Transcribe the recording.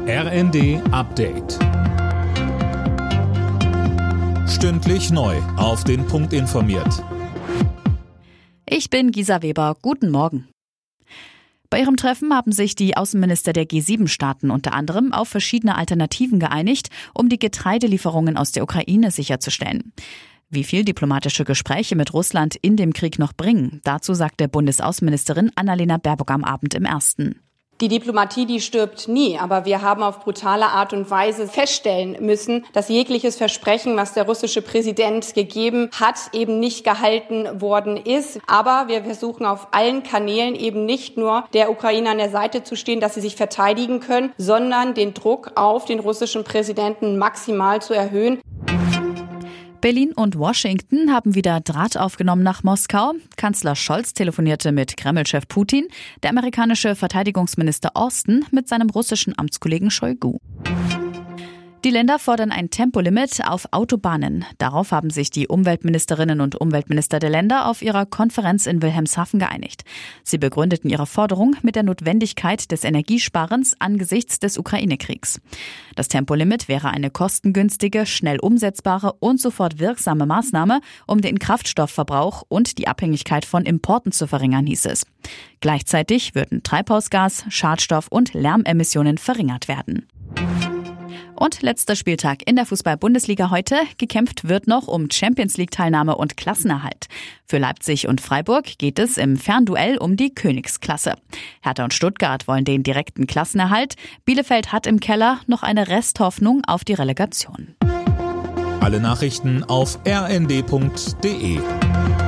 RND Update. Stündlich neu auf den Punkt informiert. Ich bin Gisa Weber. Guten Morgen. Bei ihrem Treffen haben sich die Außenminister der G7-Staaten unter anderem auf verschiedene Alternativen geeinigt, um die Getreidelieferungen aus der Ukraine sicherzustellen. Wie viel diplomatische Gespräche mit Russland in dem Krieg noch bringen, dazu sagte Bundesaußenministerin Annalena Baerbock am Abend im Ersten. Die Diplomatie, die stirbt nie, aber wir haben auf brutale Art und Weise feststellen müssen, dass jegliches Versprechen, was der russische Präsident gegeben hat, eben nicht gehalten worden ist. Aber wir versuchen auf allen Kanälen eben nicht nur der Ukraine an der Seite zu stehen, dass sie sich verteidigen können, sondern den Druck auf den russischen Präsidenten maximal zu erhöhen. Berlin und Washington haben wieder Draht aufgenommen nach Moskau. Kanzler Scholz telefonierte mit Kreml-Chef Putin, der amerikanische Verteidigungsminister Austin mit seinem russischen Amtskollegen Shoigu. Die Länder fordern ein Tempolimit auf Autobahnen. Darauf haben sich die Umweltministerinnen und Umweltminister der Länder auf ihrer Konferenz in Wilhelmshaven geeinigt. Sie begründeten ihre Forderung mit der Notwendigkeit des Energiesparens angesichts des Ukraine-Kriegs. Das Tempolimit wäre eine kostengünstige, schnell umsetzbare und sofort wirksame Maßnahme, um den Kraftstoffverbrauch und die Abhängigkeit von Importen zu verringern, hieß es. Gleichzeitig würden Treibhausgas, Schadstoff- und Lärmemissionen verringert werden. Und letzter Spieltag in der Fußball-Bundesliga heute. Gekämpft wird noch um Champions-League-Teilnahme und Klassenerhalt. Für Leipzig und Freiburg geht es im Fernduell um die Königsklasse. Hertha und Stuttgart wollen den direkten Klassenerhalt. Bielefeld hat im Keller noch eine Resthoffnung auf die Relegation. Alle Nachrichten auf rnd.de.